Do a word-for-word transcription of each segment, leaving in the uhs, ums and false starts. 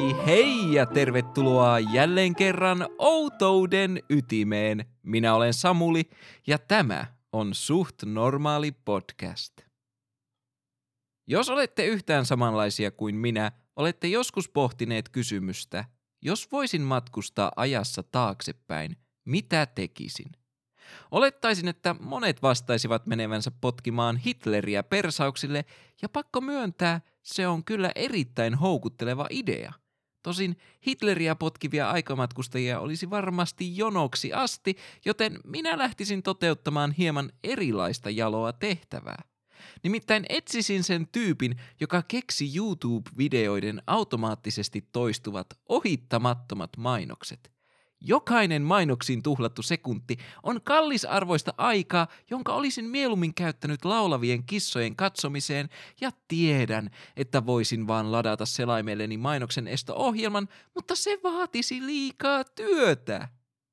Hei hei ja tervetuloa jälleen kerran Outouden ytimeen. Minä olen Samuli ja tämä on Suht Normaali podcast. Jos olette yhtään samanlaisia kuin minä, olette joskus pohtineet kysymystä, jos voisin matkustaa ajassa taaksepäin, mitä tekisin? Olettaisin, että monet vastaisivat menevänsä potkimaan Hitleriä persauksille, ja pakko myöntää, se on kyllä erittäin houkutteleva idea. Tosin Hitleriä potkivia aikamatkustajia olisi varmasti jonoksi asti, joten minä lähtisin toteuttamaan hieman erilaista jaloa tehtävää. Nimittäin etsisin sen tyypin, joka keksi YouTube-videoiden automaattisesti toistuvat ohittamattomat mainokset. Jokainen mainoksiin tuhlattu sekunti on kallisarvoista aikaa, jonka olisin mieluummin käyttänyt laulavien kissojen katsomiseen, ja tiedän, että voisin vaan ladata selaimelleni mainoksen esto-ohjelman, mutta se vaatisi liikaa työtä.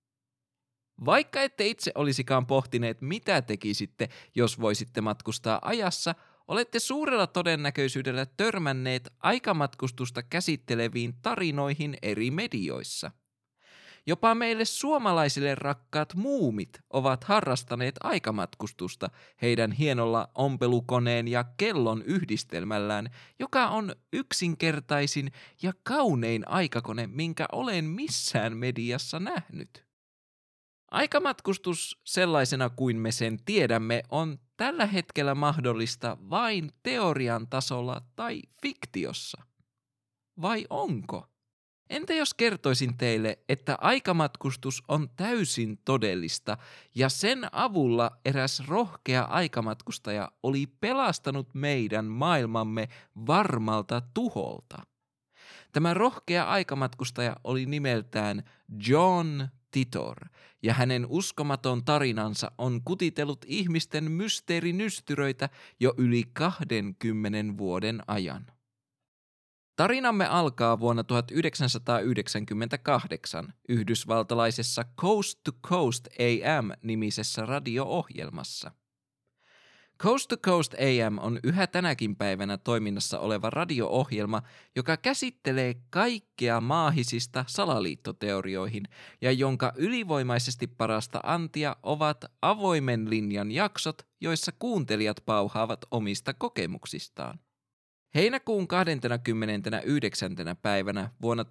Vaikka ette itse olisikaan pohtineet, mitä tekisitte, jos voisitte matkustaa ajassa, olette suurella todennäköisyydellä törmänneet aikamatkustusta käsitteleviin tarinoihin eri medioissa. Jopa meille suomalaisille rakkaat muumit ovat harrastaneet aikamatkustusta heidän hienolla ompelukoneen ja kellon yhdistelmällään, joka on yksinkertaisin ja kaunein aikakone, minkä olen missään mediassa nähnyt. Aikamatkustus sellaisena kuin me sen tiedämme on tällä hetkellä mahdollista vain teorian tasolla tai fiktiossa. Vai onko? Entä jos kertoisin teille, että aikamatkustus on täysin todellista ja sen avulla eräs rohkea aikamatkustaja oli pelastanut meidän maailmamme varmalta tuholta? Tämä rohkea aikamatkustaja oli nimeltään John Titor, ja hänen uskomaton tarinansa on kutitellut ihmisten mysteerinystyröitä jo yli kahdenkymmenen vuoden ajan. Tarinamme alkaa vuonna tuhatyhdeksänsataayhdeksänkymmentäkahdeksan yhdysvaltalaisessa Coast to Coast A M-nimisessä radio-ohjelmassa. Coast to Coast A M on yhä tänäkin päivänä toiminnassa oleva radio-ohjelma, joka käsittelee kaikkea maahisista salaliittoteorioihin ja jonka ylivoimaisesti parasta antia ovat avoimen linjan jaksot, joissa kuuntelijat pauhaavat omista kokemuksistaan. Heinäkuun kahdeskymmenesyhdeksäs päivänä vuonna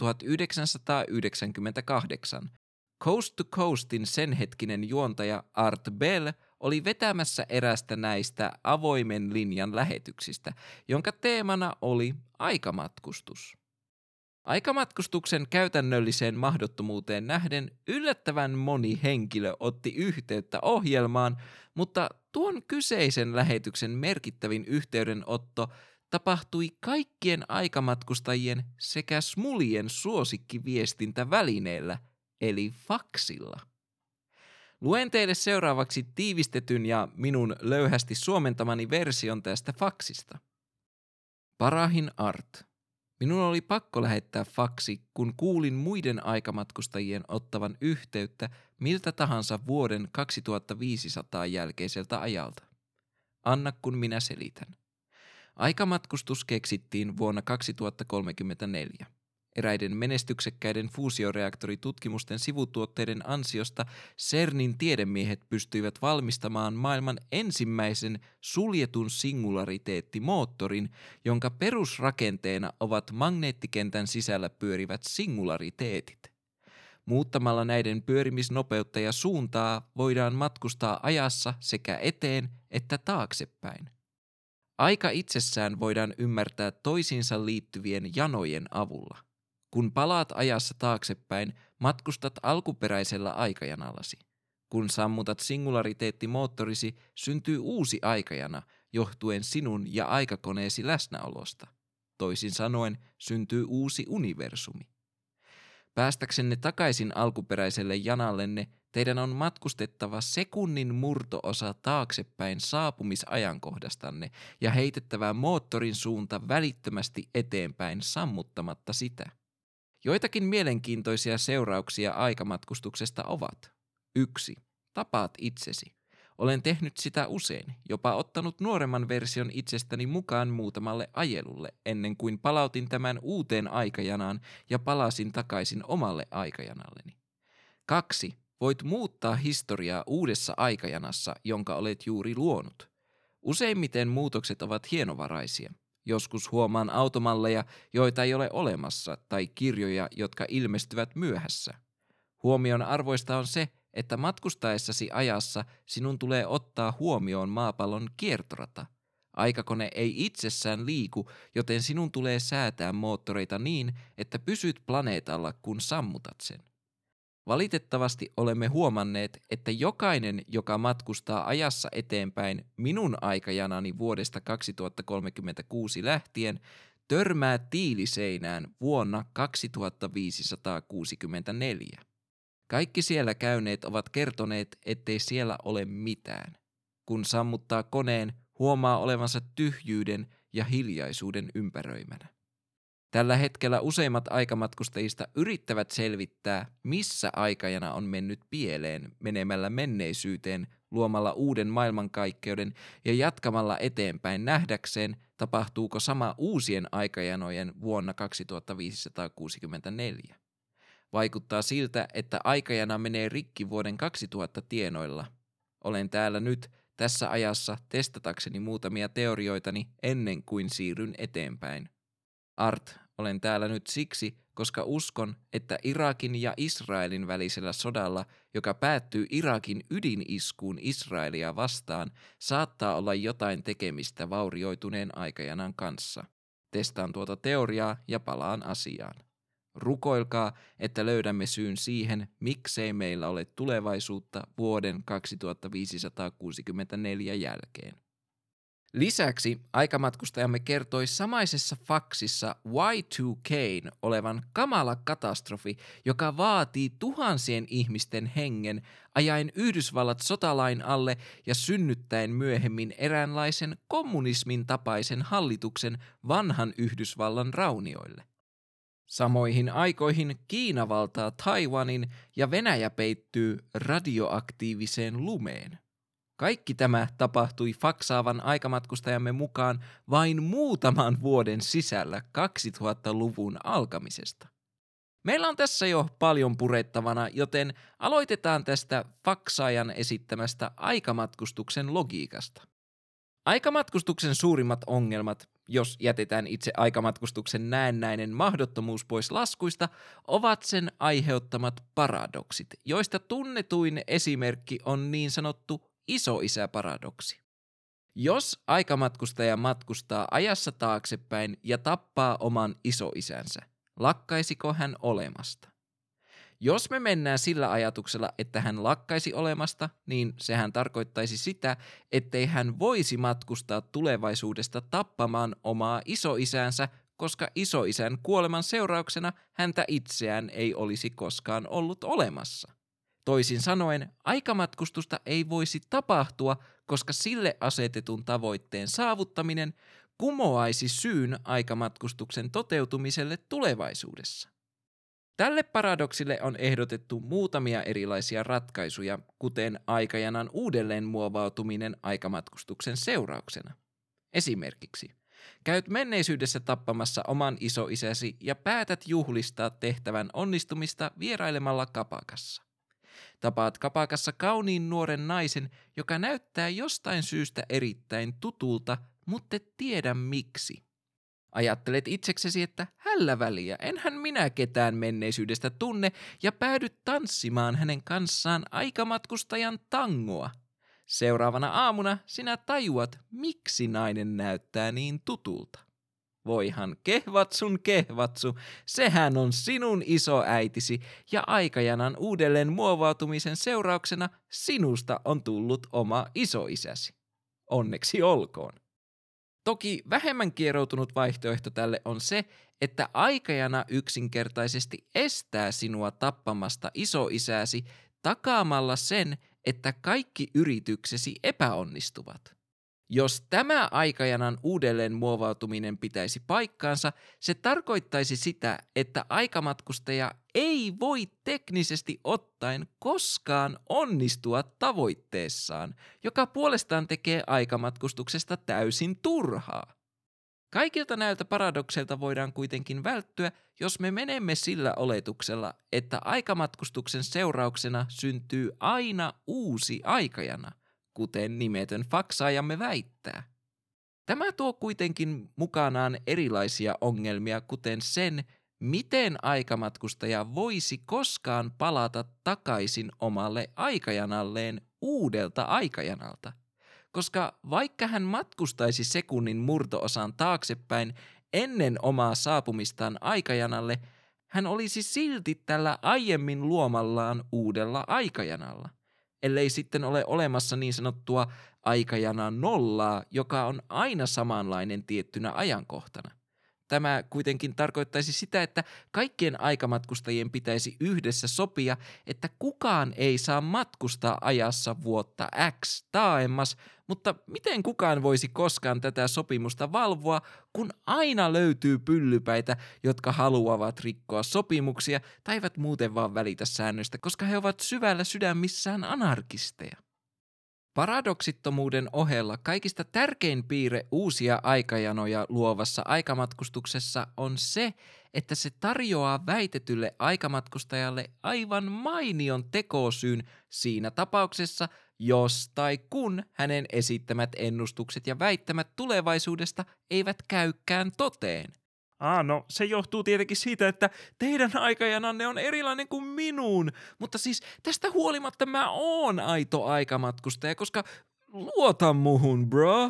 tuhatyhdeksänsataayhdeksänkymmentäkahdeksan Coast to Coastin senhetkinen juontaja Art Bell oli vetämässä erästä näistä avoimen linjan lähetyksistä, jonka teemana oli aikamatkustus. Aikamatkustuksen käytännölliseen mahdottomuuteen nähden yllättävän moni henkilö otti yhteyttä ohjelmaan, mutta tuon kyseisen lähetyksen merkittävin yhteydenotto tapahtui kaikkien aikamatkustajien sekä smulien suosikkiviestintävälineellä, eli faksilla. Luen teille seuraavaksi tiivistetyn ja minun löyhästi suomentamani version tästä faksista. Parahin Art. Minun oli pakko lähettää faksi, kun kuulin muiden aikamatkustajien ottavan yhteyttä miltä tahansa vuoden kaksituhattaviisisataa jälkeiseltä ajalta. Anna kun minä selitän. Aikamatkustus keksittiin vuonna kaksituhattakolmekymmentäneljä. Eräiden menestyksekkäiden fuusioreaktoritutkimusten sivutuotteiden ansiosta CERNin tiedemiehet pystyivät valmistamaan maailman ensimmäisen suljetun singulariteettimoottorin, jonka perusrakenteena ovat magneettikentän sisällä pyörivät singulariteetit. Muuttamalla näiden pyörimisnopeutta ja suuntaa voidaan matkustaa ajassa sekä eteen että taaksepäin. Aika itsessään voidaan ymmärtää toisiinsa liittyvien janojen avulla. Kun palaat ajassa taaksepäin, matkustat alkuperäisellä aikajanallasi. Kun sammutat singulariteettimoottorisi, syntyy uusi aikajana, johtuen sinun ja aikakoneesi läsnäolosta. Toisin sanoen, syntyy uusi universumi. Päästäksenne takaisin alkuperäiselle janallenne, teidän on matkustettava sekunnin murto-osa taaksepäin saapumisajankohdastanne ja heitettävä moottorin suunta välittömästi eteenpäin sammuttamatta sitä. Joitakin mielenkiintoisia seurauksia aikamatkustuksesta ovat. yksi. Tapaat itsesi. Olen tehnyt sitä usein, jopa ottanut nuoremman version itsestäni mukaan muutamalle ajelulle ennen kuin palautin tämän uuteen aikajanaan ja palasin takaisin omalle aikajanalleni. Kaksi. Voit muuttaa historiaa uudessa aikajanassa, jonka olet juuri luonut. Useimmiten muutokset ovat hienovaraisia. Joskus huomaan automalleja, joita ei ole olemassa, tai kirjoja, jotka ilmestyvät myöhässä. Huomion arvoista on se, että matkustaessasi ajassa sinun tulee ottaa huomioon maapallon kiertorata. Aikakone ei itsessään liiku, joten sinun tulee säätää moottoreita niin, että pysyt planeetalla, kun sammutat sen. Valitettavasti olemme huomanneet, että jokainen, joka matkustaa ajassa eteenpäin minun aikajanani vuodesta kaksituhattakolmekymmentäkuusi lähtien, törmää tiiliseinään vuonna kaksituhattaviisisataakuusikymmentäneljä. Kaikki siellä käyneet ovat kertoneet, ettei siellä ole mitään. Kun sammuttaa koneen, huomaa olevansa tyhjyyden ja hiljaisuuden ympäröimänä. Tällä hetkellä useimmat aikamatkustajista yrittävät selvittää, missä aikajana on mennyt pieleen menemällä menneisyyteen, luomalla uuden maailmankaikkeuden ja jatkamalla eteenpäin nähdäkseen, tapahtuuko sama uusien aikajanojen vuonna kaksituhattaviisisataakuusikymmentäneljä. Vaikuttaa siltä, että aikajana menee rikki vuoden kaksituhatta tienoilla. Olen täällä nyt tässä ajassa testatakseni muutamia teorioitani ennen kuin siirryn eteenpäin. Art, olen täällä nyt siksi, koska uskon, että Irakin ja Israelin välisellä sodalla, joka päättyy Irakin ydiniskuun Israelia vastaan, saattaa olla jotain tekemistä vaurioituneen aikajanan kanssa. Testaan tuota teoriaa ja palaan asiaan. Rukoilkaa, että löydämme syyn siihen, miksei meillä ole tulevaisuutta vuoden kaksituhattaviisisataakuusikymmentäneljä jälkeen. Lisäksi aikamatkustajamme kertoi samaisessa faksissa Y two K:n olevan kamala katastrofi, joka vaatii tuhansien ihmisten hengen, ajaen Yhdysvallat sotalain alle ja synnyttäen myöhemmin eräänlaisen kommunismin tapaisen hallituksen vanhan Yhdysvallan raunioille. Samoihin aikoihin Kiina valtaa Taiwanin ja Venäjä peittyy radioaktiiviseen lumeen. Kaikki tämä tapahtui faksaavan aikamatkustajamme mukaan vain muutaman vuoden sisällä kaksituhattaluvun alkamisesta. Meillä on tässä jo paljon purettavana, joten aloitetaan tästä faksaajan esittämästä aikamatkustuksen logiikasta. Aikamatkustuksen suurimmat ongelmat, jos jätetään itse aikamatkustuksen näennäinen mahdottomuus pois laskuista, ovat sen aiheuttamat paradoksit, joista tunnetuin esimerkki on niin sanottu isoisäparadoksi. Jos aikamatkustaja matkustaa ajassa taaksepäin ja tappaa oman isoisänsä, lakkaisiko hän olemasta? Jos me mennään sillä ajatuksella, että hän lakkaisi olemasta, niin sehän tarkoittaisi sitä, ettei hän voisi matkustaa tulevaisuudesta tappamaan omaa isoisäänsä, koska isoisän kuoleman seurauksena häntä itseään ei olisi koskaan ollut olemassa. Toisin sanoen, aikamatkustusta ei voisi tapahtua, koska sille asetetun tavoitteen saavuttaminen kumoaisi syyn aikamatkustuksen toteutumiselle tulevaisuudessa. Tälle paradoksille on ehdotettu muutamia erilaisia ratkaisuja, kuten aikajanan uudelleen muovautuminen aikamatkustuksen seurauksena. Esimerkiksi, käyt menneisyydessä tappamassa oman isoisäsi ja päätät juhlistaa tehtävän onnistumista vierailemalla kapakassa. Tapaat kapakassa kauniin nuoren naisen, joka näyttää jostain syystä erittäin tutulta, mutta et tiedä miksi. Ajattelet itseksesi, että hällä väliä, enhän minä ketään menneisyydestä tunne, ja päädyt tanssimaan hänen kanssaan aikamatkustajan tangoa. Seuraavana aamuna sinä tajuat, miksi nainen näyttää niin tutulta. Voihan kehvatsun kehvatsu, sehän on sinun isoäitisi, ja aikajanan uudelleen muovautumisen seurauksena sinusta on tullut oma isoisäsi. Onneksi olkoon. Toki vähemmän kieroutunut vaihtoehto tälle on se, että aikajana yksinkertaisesti estää sinua tappamasta isoisääsi takaamalla sen, että kaikki yrityksesi epäonnistuvat. Jos tämä aikajanan uudelleen muovautuminen pitäisi paikkaansa, se tarkoittaisi sitä, että aikamatkustaja ei voi teknisesti ottaen koskaan onnistua tavoitteessaan, joka puolestaan tekee aikamatkustuksesta täysin turhaa. Kaikilta näiltä paradokseilta voidaan kuitenkin välttyä, jos me menemme sillä oletuksella, että aikamatkustuksen seurauksena syntyy aina uusi aikajana, kuten nimetön faksaajamme väittää. Tämä tuo kuitenkin mukanaan erilaisia ongelmia, kuten sen, miten aikamatkustaja voisi koskaan palata takaisin omalle aikajanalleen uudelta aikajanalta. Koska vaikka hän matkustaisi sekunnin murto-osan taaksepäin ennen omaa saapumistaan aikajanalle, hän olisi silti tällä aiemmin luomallaan uudella aikajanalla, ellei sitten ole olemassa niin sanottua aikajana nollaa, joka on aina samanlainen tiettynä ajankohtana. Tämä kuitenkin tarkoittaisi sitä, että kaikkien aikamatkustajien pitäisi yhdessä sopia, että kukaan ei saa matkustaa ajassa vuotta X taaemmas, mutta miten kukaan voisi koskaan tätä sopimusta valvoa, kun aina löytyy pyllypäitä, jotka haluavat rikkoa sopimuksia tai eivät muuten vaan välitä säännöistä, koska he ovat syvällä sydämissään anarkisteja. Paradoksittomuuden ohella kaikista tärkein piirre uusia aikajanoja luovassa aikamatkustuksessa on se, että se tarjoaa väitetylle aikamatkustajalle aivan mainion tekosyyn siinä tapauksessa, jos tai kun hänen esittämät ennustukset ja väittämät tulevaisuudesta eivät käykään toteen. Ah, no se johtuu tietenkin siitä, että teidän aikajananne on erilainen kuin minun, mutta siis tästä huolimatta mä oon aito aikamatkustaja, koska luota muhun, bro.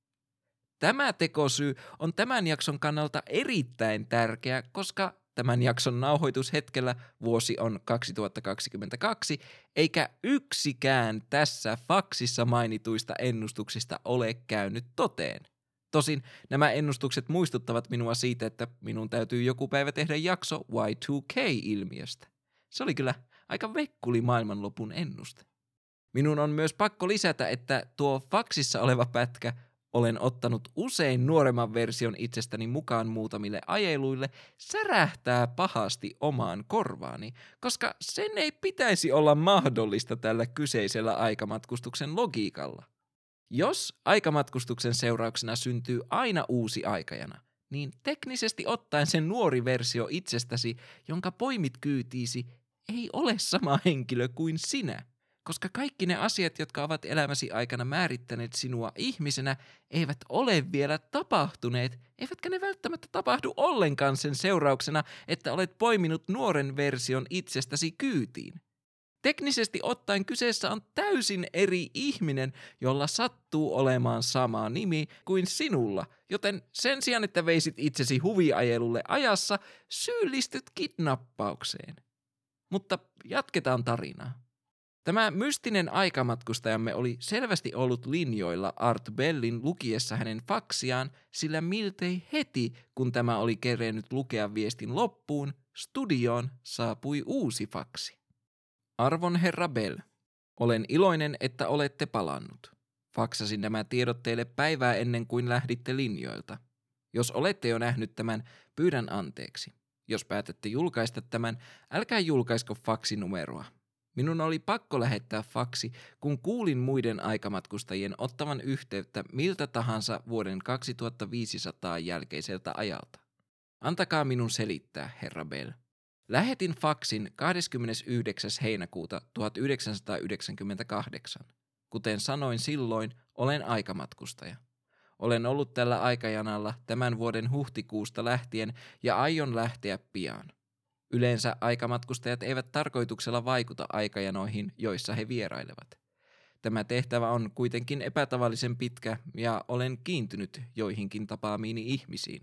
Tämä tekosyy on tämän jakson kannalta erittäin tärkeä, koska tämän jakson nauhoitushetkellä vuosi on kaksituhattakaksikymmentäkaksi, eikä yksikään tässä faksissa mainituista ennustuksista ole käynyt toteen. Tosin nämä ennustukset muistuttavat minua siitä, että minun täytyy joku päivä tehdä jakso Y two K-ilmiöstä. Se oli kyllä aika vekkuli maailmanlopun ennuste. Minun on myös pakko lisätä, että tuo faksissa oleva pätkä olen ottanut usein nuoremman version itsestäni mukaan muutamille ajeluille, särähtää pahasti omaan korvaani, koska sen ei pitäisi olla mahdollista tällä kyseisellä aikamatkustuksen logiikalla. Jos aikamatkustuksen seurauksena syntyy aina uusi aikajana, niin teknisesti ottaen sen nuori versio itsestäsi, jonka poimit kyytiisi, ei ole sama henkilö kuin sinä, koska kaikki ne asiat, jotka ovat elämäsi aikana määrittäneet sinua ihmisenä, eivät ole vielä tapahtuneet, eivätkä ne välttämättä tapahdu ollenkaan sen seurauksena, että olet poiminut nuoren version itsestäsi kyytiin. Teknisesti ottaen kyseessä on täysin eri ihminen, jolla sattuu olemaan sama nimi kuin sinulla, joten sen sijaan, että veisit itsesi huviajelulle ajassa, syyllistyt kidnappaukseen. Mutta jatketaan tarinaa. Tämä mystinen aikamatkustajamme oli selvästi ollut linjoilla Art Bellin lukiessa hänen faksiaan, sillä miltei heti, kun tämä oli kerennyt lukea viestin loppuun, studioon saapui uusi faksi. Arvon herra Bell, olen iloinen, että olette palannut. Faksasin nämä tiedot teille päivää ennen kuin lähditte linjoilta. Jos olette jo nähnyt tämän, pyydän anteeksi. Jos päätätte julkaista tämän, älkää julkaisko faksinumeroa. Minun oli pakko lähettää faksi, kun kuulin muiden aikamatkustajien ottavan yhteyttä miltä tahansa vuoden kaksituhattaviisisataa jälkeiseltä ajalta. Antakaa minun selittää, herra Bell. Lähetin faksin kahdeskymmenesyhdeksäs heinäkuuta tuhatyhdeksänsataayhdeksänkymmentäkahdeksan. Kuten sanoin silloin, olen aikamatkustaja. Olen ollut tällä aikajanalla tämän vuoden huhtikuusta lähtien ja aion lähteä pian. Yleensä aikamatkustajat eivät tarkoituksella vaikuta aikajanoihin, joissa he vierailevat. Tämä tehtävä on kuitenkin epätavallisen pitkä ja olen kiintynyt joihinkin tapaamiini ihmisiin.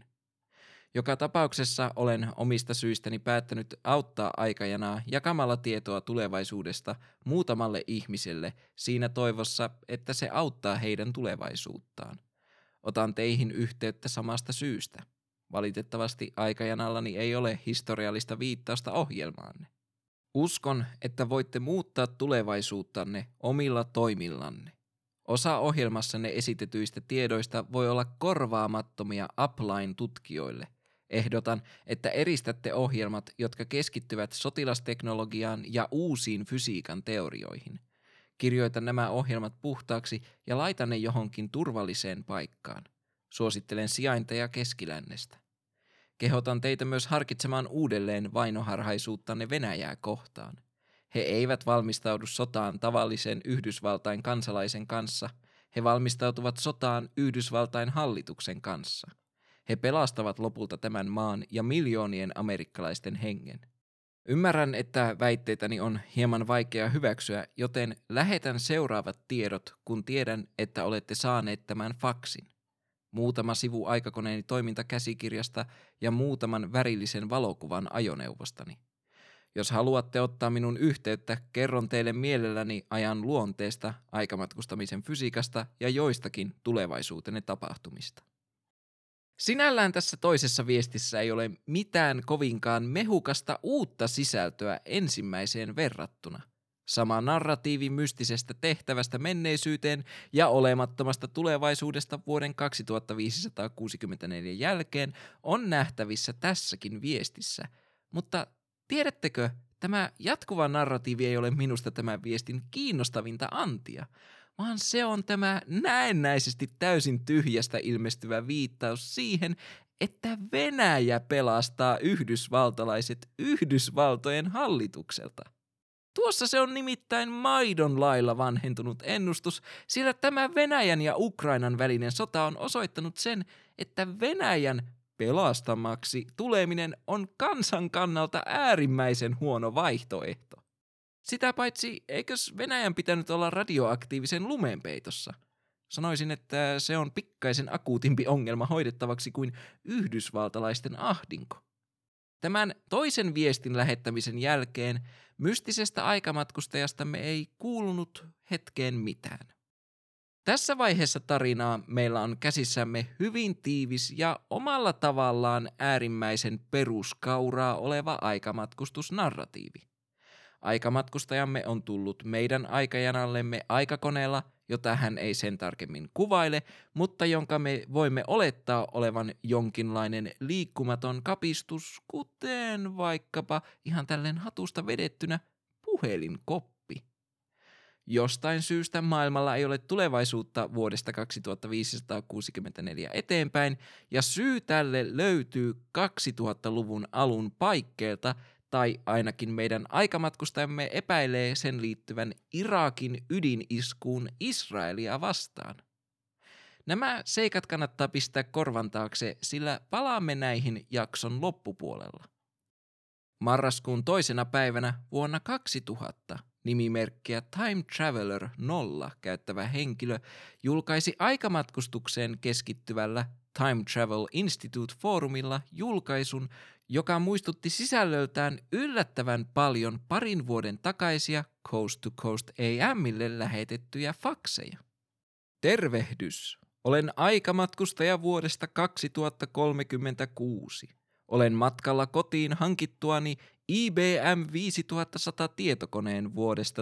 Joka tapauksessa olen omista syistäni päättänyt auttaa aikajanaa jakamalla tietoa tulevaisuudesta muutamalle ihmiselle siinä toivossa, että se auttaa heidän tulevaisuuttaan. Otan teihin yhteyttä samasta syystä. Valitettavasti aikajanallani ei ole historiallista viittausta ohjelmaanne. Uskon, että voitte muuttaa tulevaisuuttanne omilla toimillanne. Osa ohjelmassanne esitetyistä tiedoista voi olla korvaamattomia Upline-tutkijoille, Ehdotan, että eristätte ohjelmat, jotka keskittyvät sotilasteknologiaan ja uusiin fysiikan teorioihin. Kirjoitan nämä ohjelmat puhtaaksi ja laitan ne johonkin turvalliseen paikkaan. Suosittelen sijainteja Keskilännestä. Kehotan teitä myös harkitsemaan uudelleen vainoharhaisuuttanne Venäjää kohtaan. He eivät valmistaudu sotaan tavallisen Yhdysvaltain kansalaisen kanssa. He valmistautuvat sotaan Yhdysvaltain hallituksen kanssa. He pelastavat lopulta tämän maan ja miljoonien amerikkalaisten hengen. Ymmärrän, että väitteitäni on hieman vaikea hyväksyä, joten lähetän seuraavat tiedot, kun tiedän, että olette saaneet tämän faksin. Muutama sivu aikakoneeni toimintakäsikirjasta ja muutaman värillisen valokuvan ajoneuvostani. Jos haluatte ottaa minun yhteyttä, kerron teille mielelläni ajan luonteesta, aikamatkustamisen fysiikasta ja joistakin tulevaisuutenne tapahtumista. Sinällään tässä toisessa viestissä ei ole mitään kovinkaan mehukasta uutta sisältöä ensimmäiseen verrattuna. Sama narratiivi mystisestä tehtävästä menneisyyteen ja olemattomasta tulevaisuudesta vuoden kaksituhattaviisisataakuusikymmentäneljä jälkeen on nähtävissä tässäkin viestissä, mutta tiedättekö, tämä jatkuva narratiivi ei ole minusta tämän viestin kiinnostavinta antia, vaan se on tämä näennäisesti täysin tyhjästä ilmestyvä viittaus siihen, että Venäjä pelastaa yhdysvaltalaiset Yhdysvaltojen hallitukselta. Tuossa se on nimittäin maidon lailla vanhentunut ennustus, sillä tämä Venäjän ja Ukrainan välinen sota on osoittanut sen, että Venäjän pelastamaksi tuleminen on kansan kannalta äärimmäisen huono vaihtoehto. Sitä paitsi, eikös Venäjän pitänyt olla radioaktiivisen lumenpeitossa? Sanoisin, että se on pikkaisen akuutimpi ongelma hoidettavaksi kuin yhdysvaltalaisten ahdinko. Tämän toisen viestin lähettämisen jälkeen mystisestä aikamatkustajastamme ei kuulunut hetkeen mitään. Tässä vaiheessa tarinaa meillä on käsissämme hyvin tiivis ja omalla tavallaan äärimmäisen peruskauraa oleva aikamatkustusnarratiivi. Aikamatkustajamme on tullut meidän aikajanallemme aikakoneella, jota hän ei sen tarkemmin kuvaile, mutta jonka me voimme olettaa olevan jonkinlainen liikkumaton kapistus, kuten vaikkapa ihan tälleen hatusta vedettynä puhelinkoppi. Jostain syystä maailmalla ei ole tulevaisuutta vuodesta kaksituhattaviisisataakuusikymmentäneljä eteenpäin, ja syy tälle löytyy kaksituhattaluvun alun paikkeelta, tai ainakin meidän aikamatkustajamme epäilee sen liittyvän Irakin ydiniskuun Israelia vastaan. Nämä seikat kannattaa pistää korvan taakse, sillä palaamme näihin jakson loppupuolella. Marraskuun toisena päivänä vuonna kaksituhatta nimimerkkiä Time Traveler nolla käyttävä henkilö julkaisi aikamatkustukseen keskittyvällä Time Travel Institute-foorumilla julkaisun, joka muistutti sisällöltään yllättävän paljon parin vuoden takaisia Coast to Coast A M:lle lähetettyjä fakseja. Tervehdys! Olen aikamatkustaja vuodesta kaksituhattakolmekymmentäkuusi. Olen matkalla kotiin hankittuani I B M viisituhattasata tietokoneen vuodesta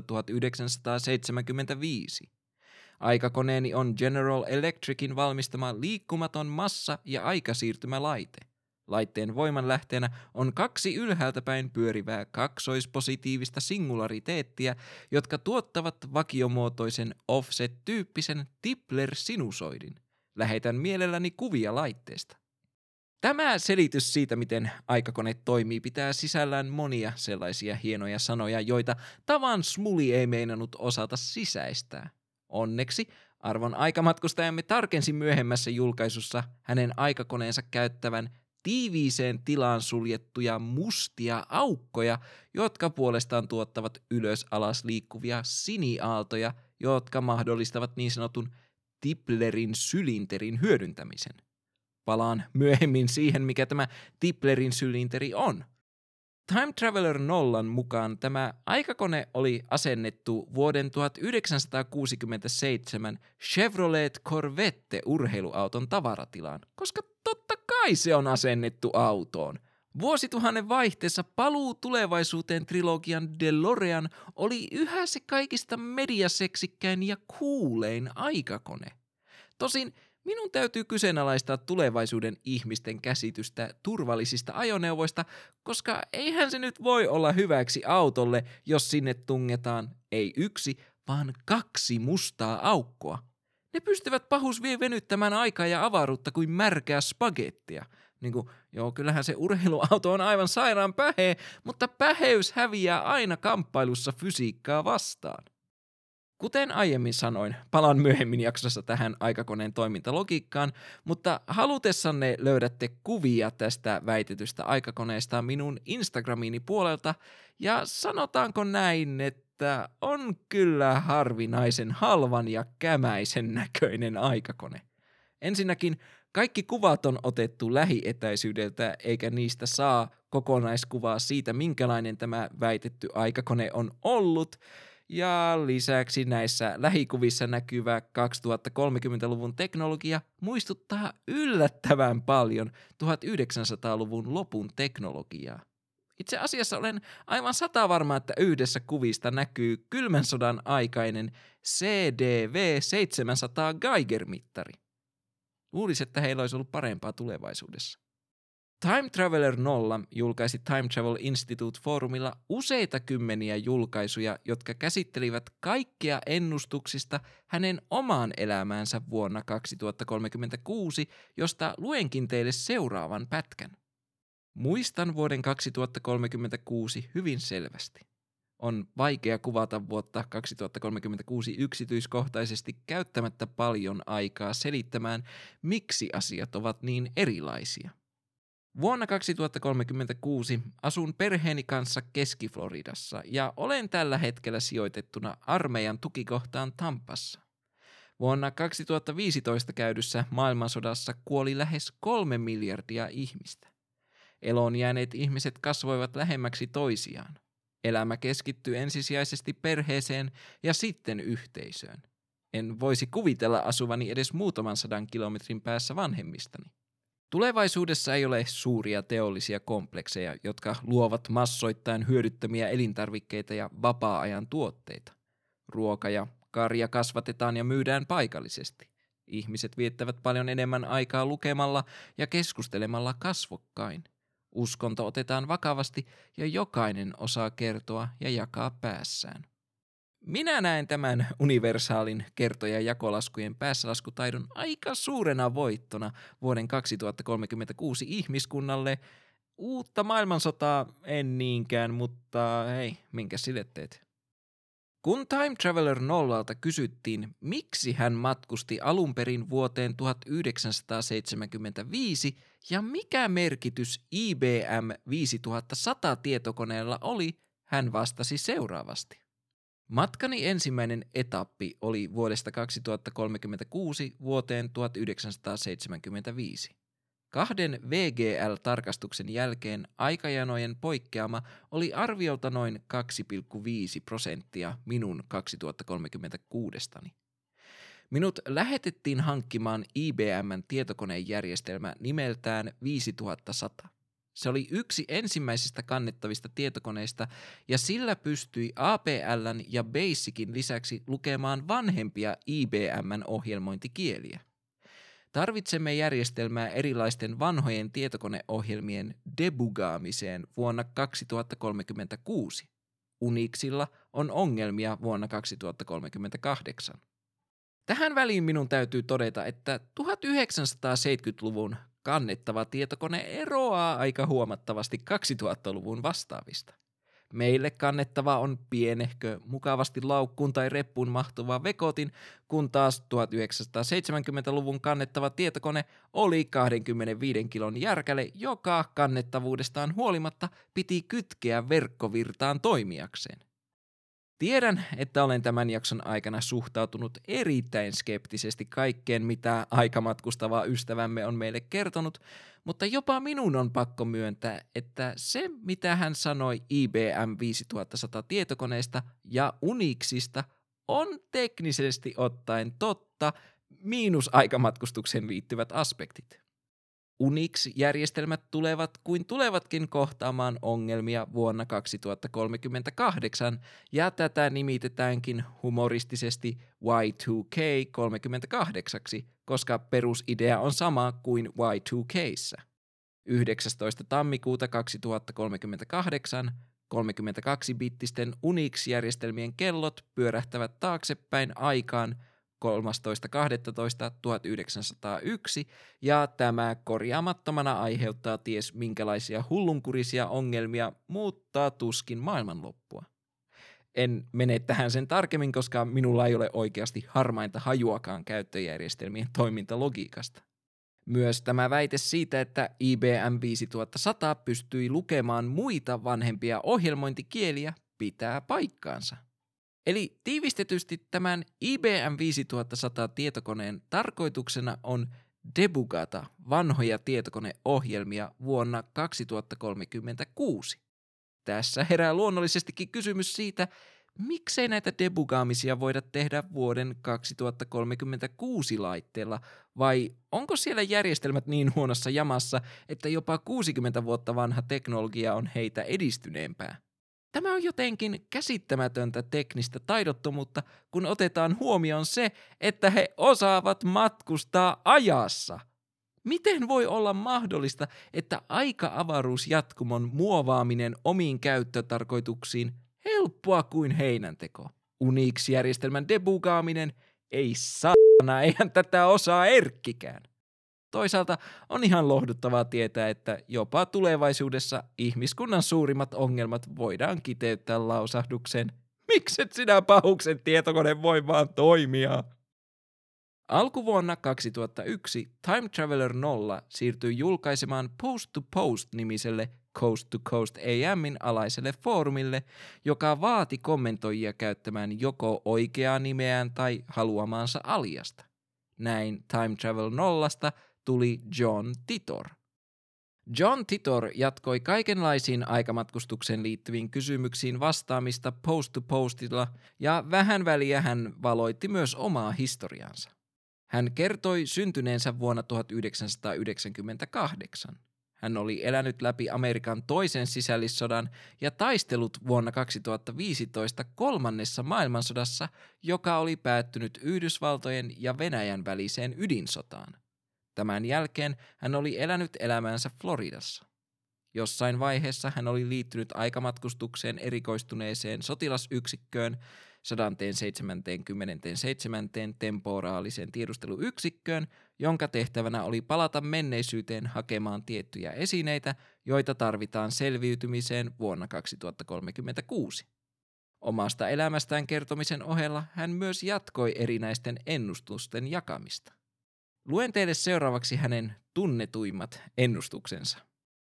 tuhatyhdeksänsataaseitsemänkymmentäviisi. Aikakoneeni on General Electricin valmistama liikkumaton massa- ja aikasiirtymälaite. Laitteen voimanlähteenä on kaksi ylhäältä päin pyörivää kaksoispositiivista singulariteettia, jotka tuottavat vakiomuotoisen offset-tyyppisen Tipler-sinusoidin. Lähetän mielelläni kuvia laitteesta. Tämä selitys siitä, miten aikakone toimii, pitää sisällään monia sellaisia hienoja sanoja, joita tavan smuli ei meinannut osata sisäistää. Onneksi arvon aikamatkustajamme tarkensi myöhemmässä julkaisussa hänen aikakoneensa käyttävän tiiviiseen tilaan suljettuja mustia aukkoja, jotka puolestaan tuottavat ylös alas liikkuvia siniaaltoja, jotka mahdollistavat niin sanotun Tiplerin sylinterin hyödyntämisen. Palaan myöhemmin siihen, mikä tämä Tiplerin sylinteri on. Time Traveler nollan mukaan tämä aikakone oli asennettu vuoden tuhatyhdeksänsataakuusikymmentäseitsemän Chevrolet Corvette urheiluauton tavaratilaan, koska totta kai se on asennettu autoon. Vuosituhannen vaihteessa Paluu tulevaisuuteen trilogian DeLorean oli yhä se kaikista mediaseksikkäin ja kuulein aikakone. Tosin Minun täytyy kyseenalaistaa tulevaisuuden ihmisten käsitystä turvallisista ajoneuvoista, koska eihän se nyt voi olla hyväksi autolle, jos sinne tungetaan ei yksi, vaan kaksi mustaa aukkoa. Ne pystyvät pahus vie venyttämään aikaa ja avaruutta kuin märkää spagettia. Niin kuin, joo, kyllähän se urheiluauto on aivan sairaan päheä, mutta päheys häviää aina kamppailussa fysiikkaa vastaan. Kuten aiemmin sanoin, palaan myöhemmin jaksossa tähän aikakoneen toimintalogiikkaan, mutta halutessanne löydätte kuvia tästä väitetystä aikakoneesta minun Instagramiini puolelta, ja sanotaanko näin, että on kyllä harvinaisen halvan ja kämäisen näköinen aikakone. Ensinnäkin kaikki kuvat on otettu lähietäisyydeltä, eikä niistä saa kokonaiskuvaa siitä, minkälainen tämä väitetty aikakone on ollut, ja lisäksi näissä lähikuvissa näkyvä kaksituhattakolmekymmentäluvun teknologia muistuttaa yllättävän paljon tuhatyhdeksänsataaluvun lopun teknologiaa. Itse asiassa olen aivan sata varma, että yhdessä kuvista näkyy kylmän sodan aikainen C D V seitsemänsataa Geiger-mittari. Luulisi, että heillä olisi ollut parempaa tulevaisuudessa. Time Traveler nolla julkaisi Time Travel Institute Forumilla useita kymmeniä julkaisuja, jotka käsittelivät kaikkia ennustuksista hänen omaan elämäänsä vuonna kaksituhattakolmekymmentäkuusi, josta luenkin teille seuraavan pätkän. Muistan vuoden kaksituhattakolmekymmentäkuusi hyvin selvästi. On vaikea kuvata vuotta kaksituhattakolmekymmentäkuusi yksityiskohtaisesti käyttämättä paljon aikaa selittämään, miksi asiat ovat niin erilaisia. Vuonna kaksituhattakolmekymmentäkuusi asun perheeni kanssa Keski-Floridassa ja olen tällä hetkellä sijoitettuna armeijan tukikohtaan Tampassa. Vuonna kaksituhattaviisitoista käydyssä maailmansodassa kuoli lähes kolme miljardia ihmistä. Eloon jääneet ihmiset kasvoivat lähemmäksi toisiaan. Elämä keskittyi ensisijaisesti perheeseen ja sitten yhteisöön. En voisi kuvitella asuvani edes muutaman sadan kilometrin päässä vanhemmistani. Tulevaisuudessa ei ole suuria teollisia komplekseja, jotka luovat massoittain hyödyttömiä elintarvikkeita ja vapaa-ajan tuotteita. Ruoka ja karja kasvatetaan ja myydään paikallisesti. Ihmiset viettävät paljon enemmän aikaa lukemalla ja keskustelemalla kasvokkain. Uskonto otetaan vakavasti ja jokainen osaa kertoa ja jakaa päässään. Minä näen tämän universaalin kerto- ja jakolaskujen päässälaskutaidon aika suurena voittona vuoden kaksituhattakolmekymmentäkuusi ihmiskunnalle. Uutta maailmansotaa en niinkään, mutta hei, minkä sille teet? Kun Time Traveler nollalta kysyttiin, miksi hän matkusti alun perin vuoteen tuhatyhdeksänsataaseitsemänkymmentäviisi ja mikä merkitys I B M viisituhattasata tietokoneella oli, hän vastasi seuraavasti. Matkani ensimmäinen etappi oli vuodesta kaksituhattakolmekymmentäkuusi vuoteen tuhatyhdeksänsataaseitsemänkymmentäviisi. Kahden V G L-tarkastuksen jälkeen aikajanojen poikkeama oli arviolta noin kaksi pilkku viisi prosenttia minun kaksituhattakolmekymmentäkuudestani. Minut lähetettiin hankkimaan I B M:n tietokonejärjestelmä nimeltään viisituhattasata. Se oli yksi ensimmäisistä kannettavista tietokoneista ja sillä pystyi A P L:n ja BASICin lisäksi lukemaan vanhempia I B M:n ohjelmointikieliä. Tarvitsemme järjestelmää erilaisten vanhojen tietokoneohjelmien debugaamiseen vuonna kaksituhattakolmekymmentäkuusi. Unixilla on ongelmia vuonna kaksituhattakolmekymmentäkahdeksan. Tähän väliin minun täytyy todeta, että tuhatyhdeksänsataaseitsemänkymmentäluvun kannettava tietokone eroaa aika huomattavasti kaksituhattaluvun vastaavista. Meille kannettava on pienehkö, mukavasti laukkuun tai reppuun mahtuva vekotin, kun taas tuhatyhdeksänsataaseitsemänkymmentäluvun kannettava tietokone oli kaksikymmentäviisi kilon järkäle, joka kannettavuudestaan huolimatta piti kytkeä verkkovirtaan toimijakseen. Tiedän, että olen tämän jakson aikana suhtautunut erittäin skeptisesti kaikkeen, mitä aikamatkustava ystävämme on meille kertonut, mutta jopa minun on pakko myöntää, että se, mitä hän sanoi I B M viisituhattasata tietokoneesta ja Unixista, on teknisesti ottaen totta, miinus aikamatkustukseen liittyvät aspektit. Unix-järjestelmät tulevat kuin tulevatkin kohtaamaan ongelmia vuonna kaksituhattakolmekymmentäkahdeksan, ja tätä nimitetäänkin humoristisesti Y two K kolmekymmentäkahdeksan, koska perusidea on sama kuin Y two K:ssä. yhdeksästoista tammikuuta kaksituhattakolmekymmentäkahdeksan kolmekymmentäkaksi-bittisten Unix-järjestelmien kellot pyörähtävät taaksepäin aikaan kolmastoista kahdestoista tuhatyhdeksänsataayksi, ja tämä korjaamattomana aiheuttaa ties minkälaisia hullunkurisia ongelmia, mutta tuskin maailmanloppua. En mene tähän sen tarkemmin, koska minulla ei ole oikeasti harmainta hajuakaan käyttöjärjestelmien toimintalogiikasta. Myös tämä väite siitä, että I B M viisituhattasata pystyi lukemaan muita vanhempia ohjelmointikieliä, pitää paikkaansa. Eli tiivistetysti tämän I B M viisituhattasata tietokoneen tarkoituksena on debugata vanhoja tietokoneohjelmia vuonna kaksituhattakolmekymmentäkuusi. Tässä herää luonnollisestikin kysymys siitä, miksei näitä debugaamisia voida tehdä vuoden kaksituhattakolmekymmentäkuusi laitteella, vai onko siellä järjestelmät niin huonossa jamassa, että jopa kuusikymmentä vuotta vanha teknologia on heitä edistyneempää? Tämä on jotenkin käsittämätöntä teknistä taidottomuutta, kun otetaan huomioon se, että he osaavat matkustaa ajassa. Miten voi olla mahdollista, että aika-avaruusjatkumon muovaaminen omiin käyttötarkoituksiin helppoa kuin heinänteko? Unix-järjestelmän debugaaminen, ei saatana, eihän tätä osaa Erkkikään. Toisaalta on ihan lohduttavaa tietää, että jopa tulevaisuudessa ihmiskunnan suurimmat ongelmat voidaan kiteyttää lausahdukseen, mikset sinä pahuksen tietokone voi vaan toimia? Alkuvuonna kaksituhattayksi Time Traveler nolla siirtyi julkaisemaan Post to Post-nimiselle Coast to Coast A M:in alaiselle foorumille, joka vaati kommentoijia käyttämään joko oikeaa nimeään tai haluamaansa aliasta. Näin Time Travel nollasta tuli John Titor. John Titor jatkoi kaikenlaisiin aikamatkustukseen liittyviin kysymyksiin vastaamista Post to Postilla, ja vähän väliä hän valoitti myös omaa historiansa. Hän kertoi syntyneensä vuonna tuhatyhdeksänsataayhdeksänkymmentäkahdeksan. Hän oli elänyt läpi Amerikan toisen sisällissodan ja taistellut vuonna kaksituhattaviisitoista kolmannessa maailmansodassa, joka oli päättynyt Yhdysvaltojen ja Venäjän väliseen ydinsotaan. Tämän jälkeen hän oli elänyt elämäänsä Floridassa. Jossain vaiheessa hän oli liittynyt aikamatkustukseen erikoistuneeseen sotilasyksikköön, sata seitsemänkymmentäseitsemän temporaaliseen tiedusteluyksikköön, jonka tehtävänä oli palata menneisyyteen hakemaan tiettyjä esineitä, joita tarvitaan selviytymiseen vuonna kaksituhattakolmekymmentäkuusi. Omasta elämästään kertomisen ohella hän myös jatkoi erinäisten ennustusten jakamista. Luen teille seuraavaksi hänen tunnetuimmat ennustuksensa.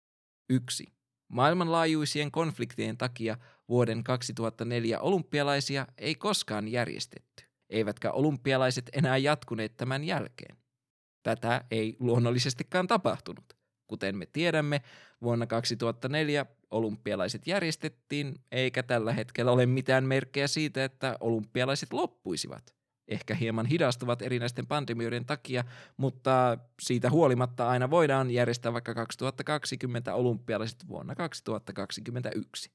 yksi. Maailmanlaajuisien konfliktien takia vuoden kaksituhattaneljä olympialaisia ei koskaan järjestetty, eivätkä olympialaiset enää jatkuneet tämän jälkeen. Tätä ei luonnollisestikaan tapahtunut. Kuten me tiedämme, vuonna kaksituhattaneljä olympialaiset järjestettiin, eikä tällä hetkellä ole mitään merkkejä siitä, että olympialaiset loppuisivat. Ehkä hieman hidastuvat erinäisten pandemioiden takia, mutta siitä huolimatta aina voidaan järjestää vaikka kaksituhattakaksikymmentä olympialaiset vuonna kaksituhattakaksikymmentäyksi.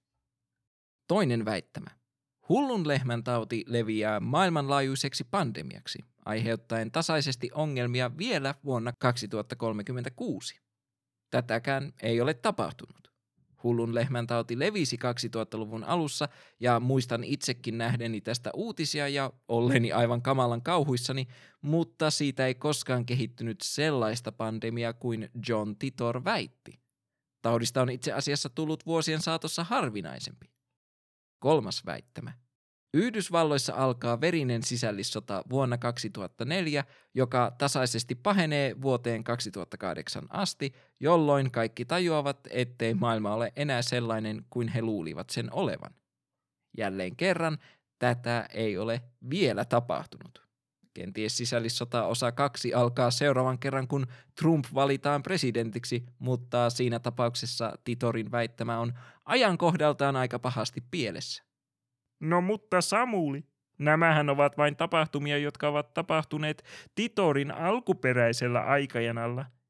Toinen väittämä. Hullun lehmän tauti leviää maailmanlaajuiseksi pandemiaksi, aiheuttaen tasaisesti ongelmia vielä vuonna kaksituhattakolmekymmentäkuusi. Tätäkään ei ole tapahtunut. Hullun lehmän tauti levisi kaksituhattaluvun alussa, ja muistan itsekin nähdeni tästä uutisia ja olleni aivan kamalan kauhuissani, mutta siitä ei koskaan kehittynyt sellaista pandemiaa kuin John Titor väitti. Taudista on itse asiassa tullut vuosien saatossa harvinaisempi. Kolmas väittämä. Yhdysvalloissa alkaa verinen sisällissota vuonna kaksituhattaneljä, joka tasaisesti pahenee vuoteen kaksituhattakahdeksan asti, jolloin kaikki tajuavat, ettei maailma ole enää sellainen kuin he luulivat sen olevan. Jälleen kerran tätä ei ole vielä tapahtunut. Kenties sisällissota osa kaksi alkaa seuraavan kerran, kun Trump valitaan presidentiksi, mutta siinä tapauksessa Titorin väittämä on ajankohdaltaan aika pahasti pielessä. No mutta Samuli, nämähän ovat vain tapahtumia, jotka ovat tapahtuneet Titorin alkuperäisellä aikajanalla.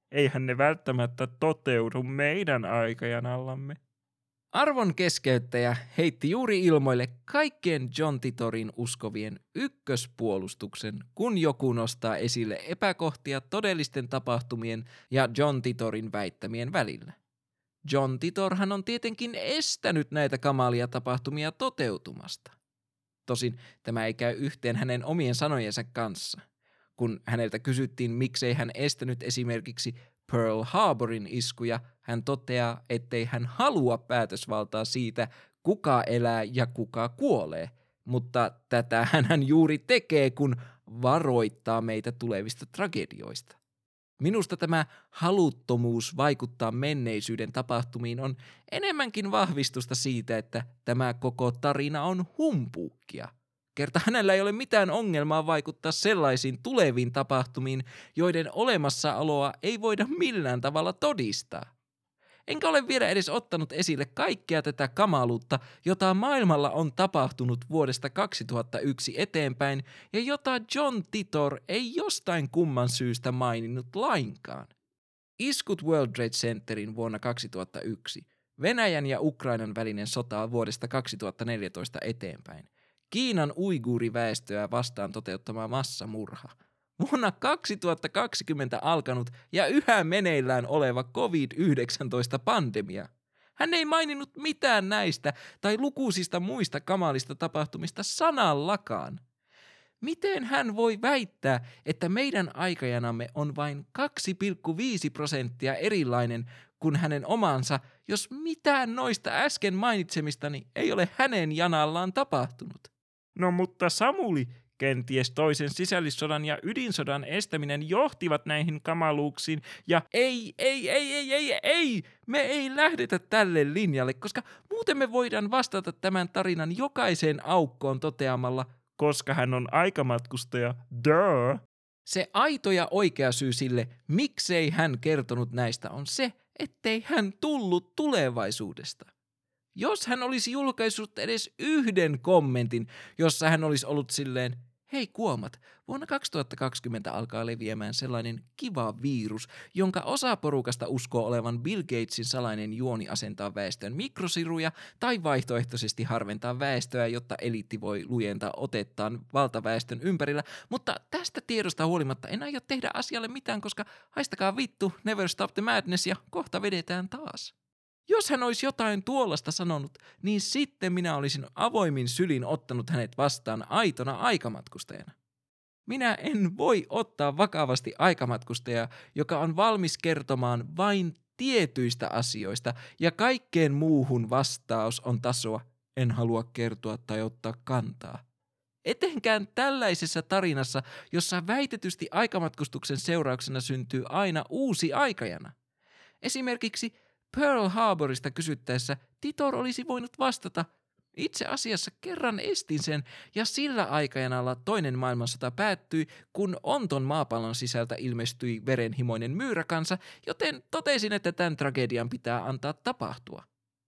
eihän ne välttämättä toteudu meidän aikajanallamme. Arvon keskeyttäjä heitti juuri ilmoille kaikkien John Titorin uskovien ykköspuolustuksen, kun joku nostaa esille epäkohtia todellisten tapahtumien ja John Titorin väittämien välillä. John Titorhan on tietenkin estänyt näitä kamalia tapahtumia toteutumasta. Tosin tämä ei käy yhteen hänen omien sanojensa kanssa. Kun häneltä kysyttiin, miksei hän estänyt esimerkiksi Pearl Harborin iskuja, hän toteaa, ettei hän halua päätösvaltaa siitä, kuka elää ja kuka kuolee, mutta tätä hän juuri tekee, kun varoittaa meitä tulevista tragedioista. Minusta tämä haluttomuus vaikuttaa menneisyyden tapahtumiin on enemmänkin vahvistusta siitä, että tämä koko tarina on humpuukkia. Kerta hänellä ei ole mitään ongelmaa vaikuttaa sellaisiin tuleviin tapahtumiin, joiden olemassaoloa ei voida millään tavalla todistaa. Enkä ole vielä edes ottanut esille kaikkea tätä kamaluutta, jota maailmalla on tapahtunut vuodesta kaksituhattayksi eteenpäin ja jota John Titor ei jostain kumman syystä maininnut lainkaan. Iskut World Trade Centerin vuonna kaksituhattayksi, Venäjän ja Ukrainan välinen sota vuodesta kaksituhattaneljätoista eteenpäin, Kiinan uiguuriväestöä vastaan toteuttama massamurha, vuonna kaksituhattakaksikymmentä alkanut ja yhä meneillään oleva covid yhdeksäntoista-pandemia. Hän ei maininnut mitään näistä tai lukuisista muista kamalista tapahtumista sanallakaan. Miten hän voi väittää, että meidän aikajanamme on vain kaksi pilkku viisi prosenttia erilainen kuin hänen omansa, jos mitään noista äsken mainitsemistani ei ole hänen janallaan tapahtunut? No mutta Samuli, kenties toisen sisällissodan ja ydinsodan estäminen johtivat näihin kamaluuksiin ja ei, ei, ei, ei, ei, ei, me ei lähdetä tälle linjalle, koska muuten me voidaan vastata tämän tarinan jokaiseen aukkoon toteamalla, koska hän on aikamatkustaja, duh. Se aito ja oikea syy sille, miksei hän kertonut näistä, on se, ettei hän tullut tulevaisuudesta. Jos hän olisi julkaissut edes yhden kommentin, jossa hän olisi ollut silleen, hei kuomat, vuonna kaksituhattakaksikymmentä alkaa leviämään sellainen kiva virus, jonka osa porukasta uskoo olevan Bill Gatesin salainen juoni asentaa väestön mikrosiruja tai vaihtoehtoisesti harventaa väestöä, jotta eliitti voi lujentaa otettaan valtaväestön ympärillä, mutta tästä tiedosta huolimatta en aio tehdä asialle mitään, koska haistakaa vittu, never stop the madness ja kohta vedetään taas. Jos hän olisi jotain tuollaista sanonut, niin sitten minä olisin avoimin sylin ottanut hänet vastaan aitona aikamatkustajana. Minä en voi ottaa vakavasti aikamatkustajaa, joka on valmis kertomaan vain tietyistä asioista, ja kaikkeen muuhun vastaus on tasoa, en halua kertoa tai ottaa kantaa. Etenkään tällaisessa tarinassa, jossa väitetysti aikamatkustuksen seurauksena syntyy aina uusi aikajana. Esimerkiksi Pearl Harborista kysyttäessä Titor olisi voinut vastata, itse asiassa kerran estin sen ja sillä aikajanalla toinen maailmansota päättyi, kun onton maapallon sisältä ilmestyi verenhimoinen myyräkansa, joten totesin, että tämän tragedian pitää antaa tapahtua.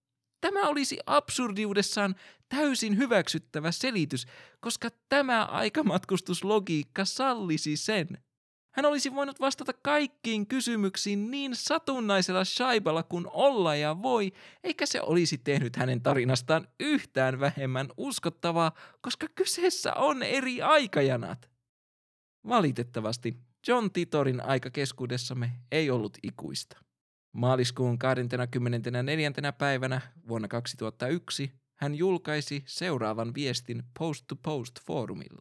Tämä olisi absurdiudessaan täysin hyväksyttävä selitys, koska tämä aikamatkustuslogiikka sallisi sen. Hän olisi voinut vastata kaikkiin kysymyksiin niin satunnaisella shaiballa kuin olla ja voi, eikä se olisi tehnyt hänen tarinastaan yhtään vähemmän uskottavaa, koska kyseessä on eri aikajanat. Valitettavasti John Titorin aika keskuudessamme ei ollut ikuista. Maaliskuun kahdeskymmenesneljäs päivänä vuonna kaksituhattayksi hän julkaisi seuraavan viestin Post to Post-foorumilla.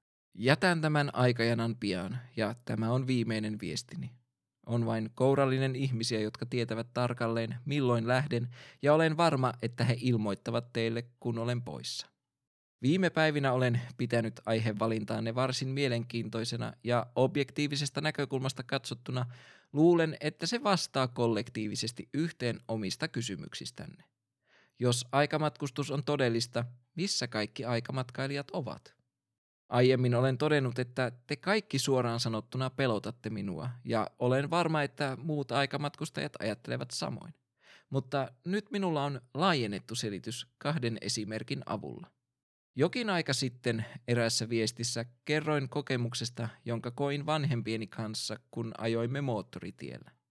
Jätän tämän aikajanan pian, ja tämä on viimeinen viestini. On vain kourallinen ihmisiä, jotka tietävät tarkalleen, milloin lähden, ja olen varma, että he ilmoittavat teille, kun olen poissa. Viime päivinä olen pitänyt aihevalintaanne varsin mielenkiintoisena, ja objektiivisesta näkökulmasta katsottuna luulen, että se vastaa kollektiivisesti yhteen omista kysymyksistänne. Jos aikamatkustus on todellista, missä kaikki aikamatkailijat ovat? Aiemmin olen todennut, että te kaikki suoraan sanottuna pelotatte minua, ja olen varma, että muut aikamatkustajat ajattelevat samoin. Mutta nyt minulla on laajennettu selitys kahden esimerkin avulla. Jokin aika sitten eräässä viestissä kerroin kokemuksesta, jonka koin vanhempieni kanssa, kun ajoimme moottoritiellä.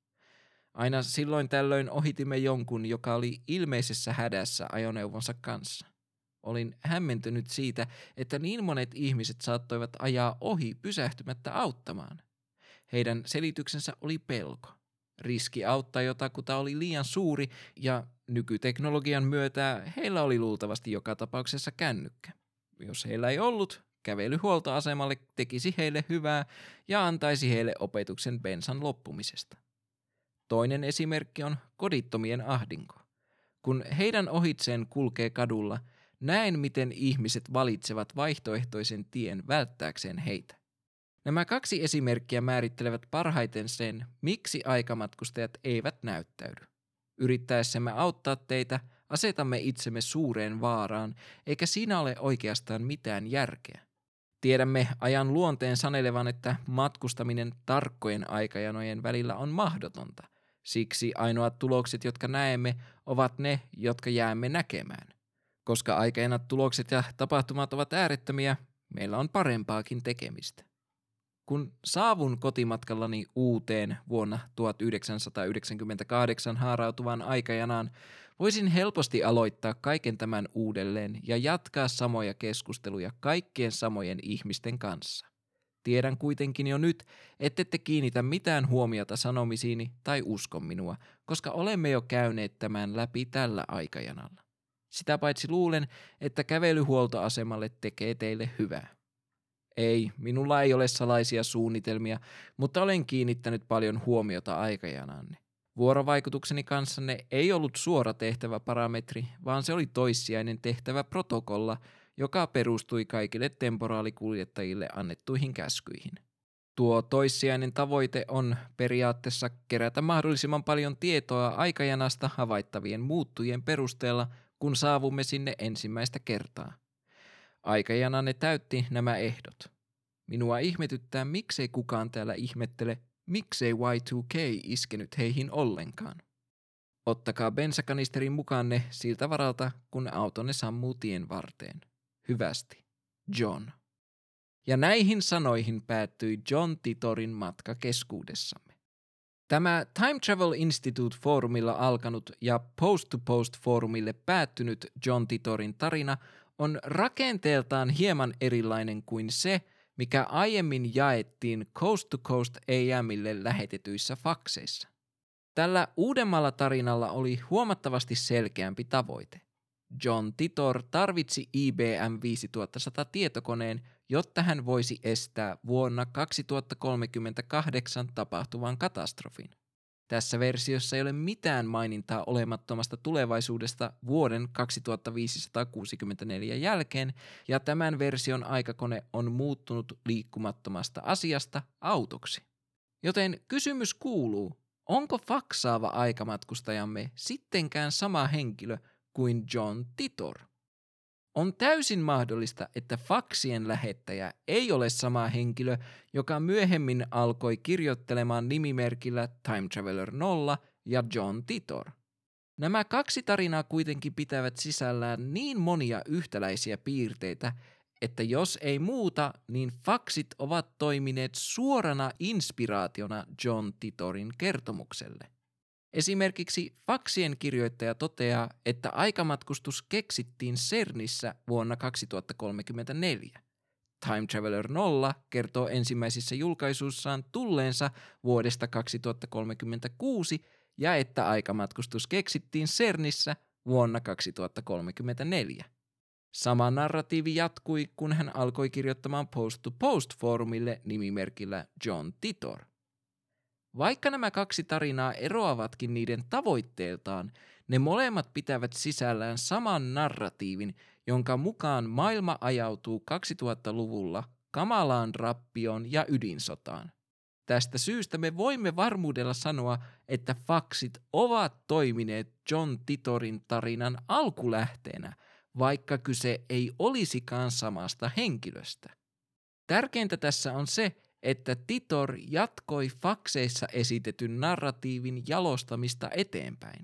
Aina silloin tällöin ohitimme jonkun, joka oli ilmeisessä hädässä ajoneuvonsa kanssa. Olin hämmentynyt siitä, että niin monet ihmiset saattoivat ajaa ohi pysähtymättä auttamaan. Heidän selityksensä oli pelko. Riski auttaa jotakuta oli liian suuri ja nykyteknologian myötä heillä oli luultavasti joka tapauksessa kännykkä. Jos heillä ei ollut, kävely huoltoasemalle tekisi heille hyvää ja antaisi heille opetuksen bensan loppumisesta. Toinen esimerkki on kodittomien ahdinko. Kun heidän ohitseen kulkee kadulla, näen miten ihmiset valitsevat vaihtoehtoisen tien välttääkseen heitä. Nämä kaksi esimerkkiä määrittelevät parhaiten sen, miksi aikamatkustajat eivät näyttäydy. Yrittäessämme auttaa teitä, asetamme itsemme suureen vaaraan, eikä siinä ole oikeastaan mitään järkeä. Tiedämme ajan luonteen sanelevan, että matkustaminen tarkkojen aikajanojen välillä on mahdotonta. Siksi ainoat tulokset, jotka näemme, ovat ne, jotka jäämme näkemään. Koska aikajanat, tulokset ja tapahtumat ovat äärettömiä, meillä on parempaakin tekemistä. Kun saavun kotimatkallani uuteen vuonna tuhatyhdeksänsataayhdeksänkymmentäkahdeksan haarautuvaan aikajanaan, voisin helposti aloittaa kaiken tämän uudelleen ja jatkaa samoja keskusteluja kaikkien samojen ihmisten kanssa. Tiedän kuitenkin jo nyt, ettette kiinnitä mitään huomiota sanomisiini tai usko minua, koska olemme jo käyneet tämän läpi tällä aikajanalla. Sitä paitsi luulen, että kävelyhuoltoasemalle tekee teille hyvää. Ei, minulla ei ole salaisia suunnitelmia, mutta olen kiinnittänyt paljon huomiota aikajananne. Vuorovaikutukseni kanssanne ei ollut suora tehtävä parametri, vaan se oli toissijainen tehtävä protokolla, joka perustui kaikille temporaalikuljettajille annettuihin käskyihin. Tuo toissijainen tavoite on periaatteessa kerätä mahdollisimman paljon tietoa aikajanasta havaittavien muuttujien perusteella, kun saavumme sinne ensimmäistä kertaa. Aikajananne täytti nämä ehdot. Minua ihmetyttää, miksei kukaan täällä ihmettele, miksei Y kaksi K iskenyt heihin ollenkaan. Ottakaa bensakanisterin mukaanne siltä varalta, kun autonne sammuu tien varteen. Hyvästi, John. Ja näihin sanoihin päättyi John Titorin matka keskuudessamme. Tämä Time Travel Institute-foorumilla alkanut ja Post to Post-foorumille päättynyt John Titorin tarina on rakenteeltaan hieman erilainen kuin se, mikä aiemmin jaettiin Coast to Coast A M:lle lähetetyissä fakseissa. Tällä uudemmalla tarinalla oli huomattavasti selkeämpi tavoite. John Titor tarvitsi I B M viisituhattasata tietokoneen, jotta hän voisi estää vuonna kaksituhattakolmekymmentäkahdeksan tapahtuvan katastrofin. Tässä versiossa ei ole mitään mainintaa olemattomasta tulevaisuudesta vuoden kaksituhattaviisisataakuusikymmentäneljä jälkeen, ja tämän version aikakone on muuttunut liikkumattomasta asiasta autoksi. Joten kysymys kuuluu, onko faksaava aikamatkustajamme sittenkään sama henkilö kuin John Titor? On täysin mahdollista, että faksien lähettäjä ei ole sama henkilö, joka myöhemmin alkoi kirjoittelemaan nimimerkillä Time Traveler nolla ja John Titor. Nämä kaksi tarinaa kuitenkin pitävät sisällään niin monia yhtäläisiä piirteitä, että jos ei muuta, niin faksit ovat toimineet suorana inspiraationa John Titorin kertomukselle. Esimerkiksi faksien kirjoittaja toteaa, että aikamatkustus keksittiin CERNissä vuonna kaksituhattakolmekymmentäneljä. Time Traveler nolla kertoo ensimmäisissä julkaisuissaan tulleensa vuodesta kaksituhattakolmekymmentäkuusi ja että aikamatkustus keksittiin CERNissä vuonna kaksituhattakolmekymmentäneljä. Sama narratiivi jatkui, kun hän alkoi kirjoittamaan Post to Post-foorumille nimimerkillä John Titor. Vaikka nämä kaksi tarinaa eroavatkin niiden tavoitteeltaan, ne molemmat pitävät sisällään saman narratiivin, jonka mukaan maailma ajautuu kaksituhattaluvulla kamalaan rappioon ja ydinsotaan. Tästä syystä me voimme varmuudella sanoa, että faksit ovat toimineet John Titorin tarinan alkulähteenä, vaikka kyse ei olisikaan samasta henkilöstä. Tärkeintä tässä on se, että Titor jatkoi fakseissa esitetyn narratiivin jalostamista eteenpäin.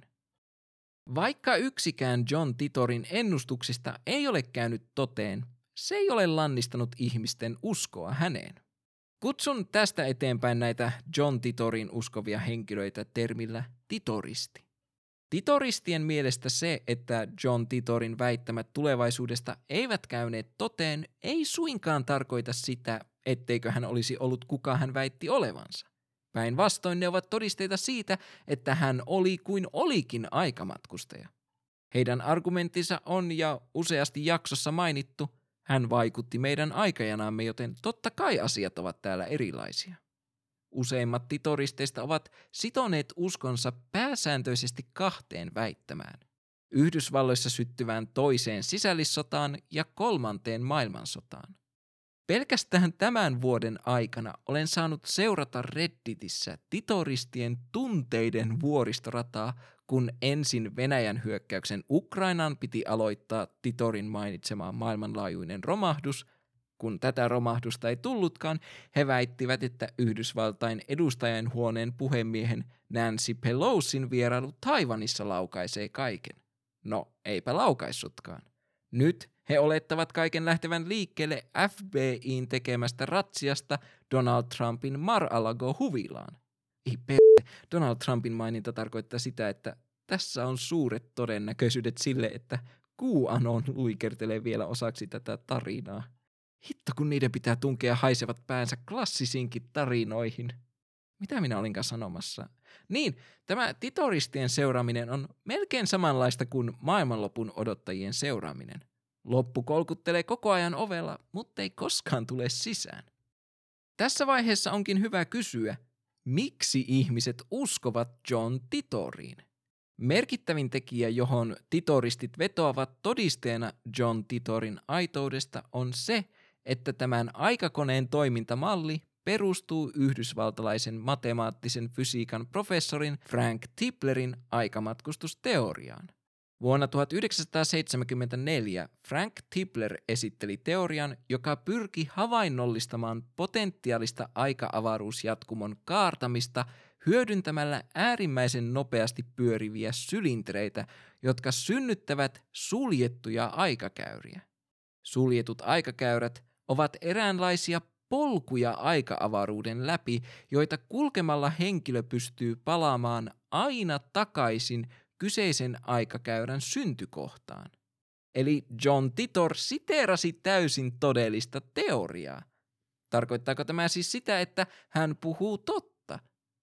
Vaikka yksikään John Titorin ennustuksista ei ole käynyt toteen, se ei ole lannistanut ihmisten uskoa häneen. Kutsun tästä eteenpäin näitä John Titorin uskovia henkilöitä termillä titoristi. Titoristien mielestä se, että John Titorin väittämät tulevaisuudesta eivät käyneet toteen, ei suinkaan tarkoita sitä, etteikö hän olisi ollut kuka hän väitti olevansa. Päinvastoin ne ovat todisteita siitä, että hän oli kuin olikin aikamatkustaja. Heidän argumenttinsa on ja useasti jaksossa mainittu, hän vaikutti meidän aikajanaamme, joten totta kai asiat ovat täällä erilaisia. Useimmat titoristeista ovat sitoneet uskonsa pääsääntöisesti kahteen väittämään. Yhdysvalloissa syttyvään toiseen sisällissotaan ja kolmanteen maailmansotaan. Pelkästään tämän vuoden aikana olen saanut seurata Redditissä titoristien tunteiden vuoristorataa, kun ensin Venäjän hyökkäyksen Ukrainaan piti aloittaa Titorin mainitsema maailmanlaajuinen romahdus. Kun tätä romahdusta ei tullutkaan, he väittivät, että Yhdysvaltain edustajainhuoneen puhemiehen Nancy Pelosin vierailu Taiwanissa laukaisee kaiken. No, eipä laukaissutkaan. Nyt he olettavat kaiken lähtevän liikkeelle F B I:n tekemästä ratsiasta Donald Trumpin Mar-a-Lago-huvilaan. Ei p***, Donald Trumpin maininta tarkoittaa sitä, että tässä on suuret todennäköisyydet sille, että QAnon luikertelee vielä osaksi tätä tarinaa. Hitto, kun niiden pitää tunkea haisevat päänsä klassisiinkin tarinoihin. Mitä minä olinkaan sanomassa? Niin, tämä titoristien seuraaminen on melkein samanlaista kuin maailmanlopun odottajien seuraaminen. Loppu kolkuttelee koko ajan ovella, mutta ei koskaan tule sisään. Tässä vaiheessa onkin hyvä kysyä, miksi ihmiset uskovat John Titoriin? Merkittävin tekijä, johon titoristit vetoavat todisteena John Titorin aitoudesta, on se, että tämän aikakoneen toimintamalli perustuu yhdysvaltalaisen matemaattisen fysiikan professorin Frank Tiplerin aikamatkustusteoriaan. Vuonna tuhatyhdeksänsataaseitsemänkymmentäneljä Frank Tipler esitteli teorian, joka pyrki havainnollistamaan potentiaalista aika-avaruusjatkumon kaartamista hyödyntämällä äärimmäisen nopeasti pyöriviä sylintereitä, jotka synnyttävät suljettuja aikakäyriä. Suljetut aikakäyrät ovat eräänlaisia polkuja aika-avaruuden läpi, joita kulkemalla henkilö pystyy palaamaan aina takaisin kyseisen aikakäyrän syntykohtaan. Eli John Titor siteerasi täysin todellista teoriaa. Tarkoittaako tämä siis sitä, että hän puhuu totta?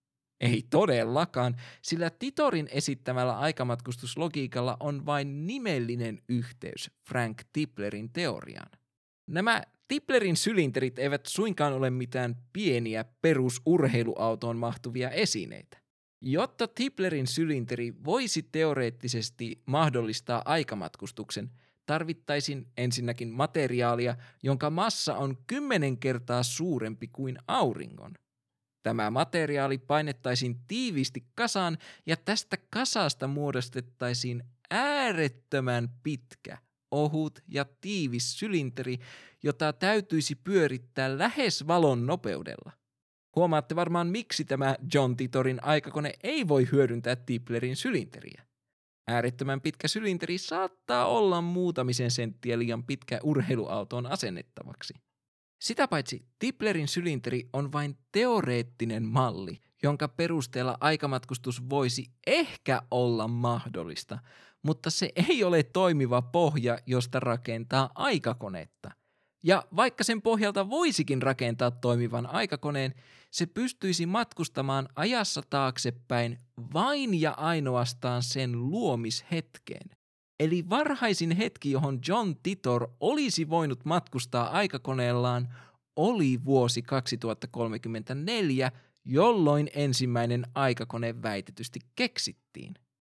Ei todellakaan, sillä Titorin esittämällä aikamatkustuslogiikalla on vain nimellinen yhteys Frank Tiplerin teoriaan. Nämä Tiplerin sylinterit eivät suinkaan ole mitään pieniä perusurheiluautoon mahtuvia esineitä. Jotta Tiplerin sylinteri voisi teoreettisesti mahdollistaa aikamatkustuksen, tarvittaisiin ensinnäkin materiaalia, jonka massa on kymmenen kertaa suurempi kuin auringon. Tämä materiaali painettaisiin tiiviisti kasaan ja tästä kasasta muodostettaisiin äärettömän pitkä, ohut ja tiivis sylinteri, jota täytyisi pyörittää lähes valon nopeudella. Huomaatte varmaan, miksi tämä John Titorin aikakone ei voi hyödyntää Tiplerin sylinteriä. Äärettömän pitkä sylinteri saattaa olla muutamisen senttiä liian pitkä urheiluautoon asennettavaksi. Sitä paitsi Tiplerin sylinteri on vain teoreettinen malli, jonka perusteella aikamatkustus voisi ehkä olla mahdollista, mutta se ei ole toimiva pohja, josta rakentaa aikakonetta. Ja vaikka sen pohjalta voisikin rakentaa toimivan aikakoneen, se pystyisi matkustamaan ajassa taaksepäin vain ja ainoastaan sen luomishetkeen. Eli varhaisin hetki, johon John Titor olisi voinut matkustaa aikakoneellaan, oli vuosi kaksituhattakolmekymmentäneljä, jolloin ensimmäinen aikakone väitetysti keksittiin.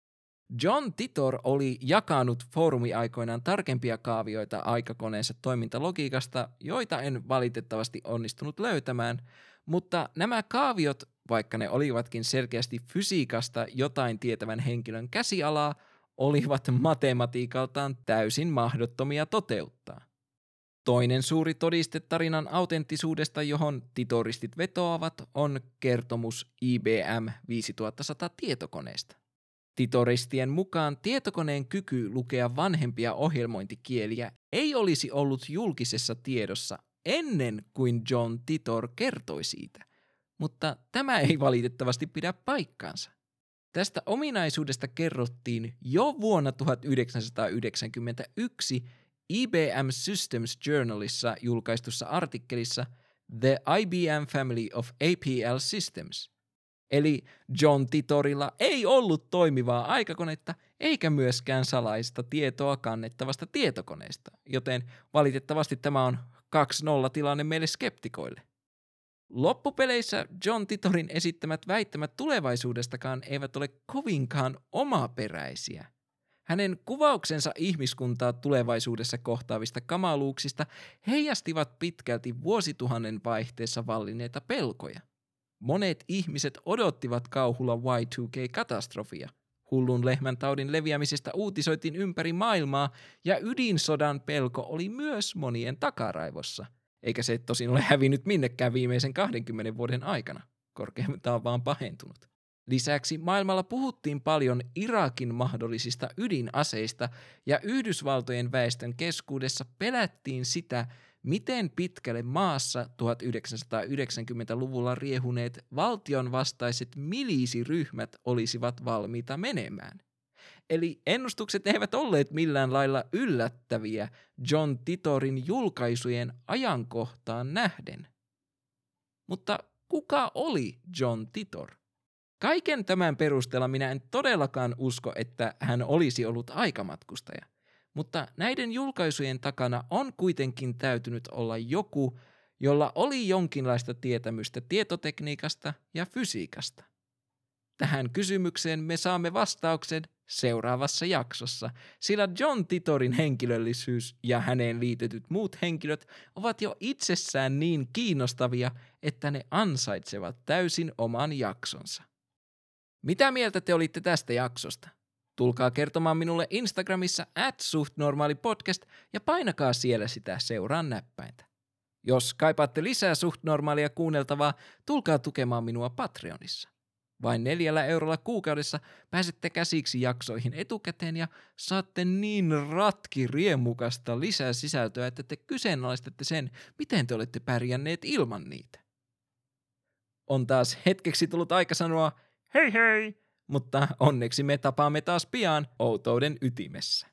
John Titor oli jakanut foorumiaikoinaan tarkempia kaavioita aikakoneensa toimintalogiikasta, joita en valitettavasti onnistunut löytämään, mutta nämä kaaviot, vaikka ne olivatkin selkeästi fysiikasta jotain tietävän henkilön käsialaa, olivat matematiikaltaan täysin mahdottomia toteuttaa. Toinen suuri todiste tarinan autenttisuudesta, johon titoristit vetoavat, on kertomus I B M viisituhattasata tietokoneesta. Titoristien mukaan tietokoneen kyky lukea vanhempia ohjelmointikieliä ei olisi ollut julkisessa tiedossa ennen kuin John Titor kertoi siitä, mutta tämä ei valitettavasti pidä paikkaansa. Tästä ominaisuudesta kerrottiin jo vuonna tuhatyhdeksänsataayhdeksänkymmentäyksi I B M Systems Journalissa julkaistussa artikkelissa The I B M Family of A P L Systems. Eli John Titorilla ei ollut toimivaa aikakonetta eikä myöskään salaista tietoa kannettavasta tietokoneesta, joten valitettavasti tämä on kaksi nolla tilanne meille skeptikoille. Loppupeleissä John Titorin esittämät väittämät tulevaisuudestakaan eivät ole kovinkaan omaperäisiä. Hänen kuvauksensa ihmiskuntaa tulevaisuudessa kohtaavista kamaluuksista heijastivat pitkälti vuosituhannen vaihteessa vallinneita pelkoja. Monet ihmiset odottivat kauhulla Y two K-katastrofia. Hullun lehmäntaudin leviämisestä uutisoitiin ympäri maailmaa ja ydinsodan pelko oli myös monien takaraivossa. Eikä se tosin ole hävinnyt minnekään viimeisen kahdenkymmenen vuoden aikana. Korkeintaan vaan pahentunut. Lisäksi maailmalla puhuttiin paljon Irakin mahdollisista ydinaseista ja Yhdysvaltojen väestön keskuudessa pelättiin sitä, miten pitkälle maassa tuhatyhdeksänsataayhdeksänkymmentäluvulla riehuneet valtionvastaiset miliisiryhmät olisivat valmiita menemään. Eli ennustukset eivät olleet millään lailla yllättäviä John Titorin julkaisujen ajankohtaan nähden. Mutta kuka oli John Titor? Kaiken tämän perusteella minä en todellakaan usko, että hän olisi ollut aikamatkustaja. Mutta näiden julkaisujen takana on kuitenkin täytynyt olla joku, jolla oli jonkinlaista tietämystä tietotekniikasta ja fysiikasta. Tähän kysymykseen me saamme vastauksen seuraavassa jaksossa, sillä John Titorin henkilöllisyys ja häneen liitetyt muut henkilöt ovat jo itsessään niin kiinnostavia, että ne ansaitsevat täysin oman jaksonsa. Mitä mieltä te olitte tästä jaksosta? Tulkaa kertomaan minulle Instagramissa at suhtnormaalipodcast ja painakaa siellä sitä seuraan näppäintä. Jos kaipaatte lisää suhtnormaalia kuunneltavaa, tulkaa tukemaan minua Patreonissa. Vain neljällä eurolla kuukaudessa pääsette käsiksi jaksoihin etukäteen ja saatte niin ratkiriemukasta lisää sisältöä, että te kyseenalaistatte sen, miten te olette pärjänneet ilman niitä. On taas hetkeksi tullut aika sanoa Hei hei! Mutta onneksi me tapaamme taas pian outouden ytimessä.